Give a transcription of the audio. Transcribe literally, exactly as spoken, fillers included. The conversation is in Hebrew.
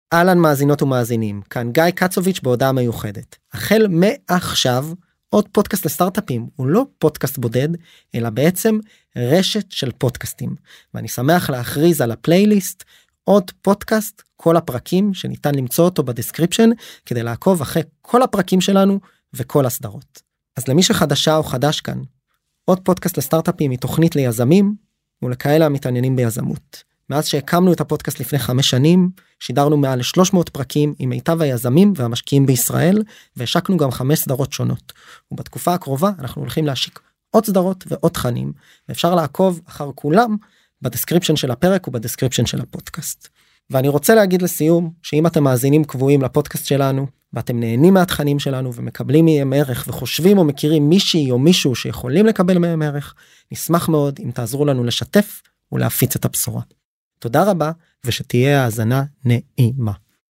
אהלן מאזינות ומאזינים, כאן גיא קצוביץ' בהודעה מיוחדת. החל מעכשיו, עוד פודקאסט לסטארט-אפים, הוא לא פודקאסט בודד, אלא בעצם רשת של פודקאסטים. ואני שמח להכריז על הפלייליסט, עוד פודקאסט, כל הפרקים שניתן למצוא אותו בדסקריפשן, כדי לעקוב אחרי כל הפרקים שלנו וכל הסדרות. אז למי שחדשה או חדש כאן, עוד פודקאסט לסטארט-אפים היא תוכנית ליזמים, ולכאלה המתעניינים ביזמות. מאז שהקמנו את הפודקאסט לפני חמש שנים, שידרנו מעל ל-שלוש מאות פרקים עם מיטב היזמים והמשקיעים בישראל, והשקנו גם חמש סדרות שונות. ובתקופה הקרובה אנחנו הולכים להשיק עוד סדרות ועוד תכנים, ואפשר לעקוב אחר כולם בדסקריפשן של הפרק ובדסקריפשן של הפודקאסט. ואני רוצה להגיד לסיום, שאם אתם מאזינים קבועים לפודקאסט שלנו, ואתם נהנים מהתכנים שלנו ומקבלים מהם ערך, וחושבים או מכירים מישהי או מישהו שיכולים לקבל מהם ערך, נשמח מאוד אם תעזרו לנו לשתף ולהפיץ את הבשורה. תודה רבה, ושתהיה האזנה נעימה.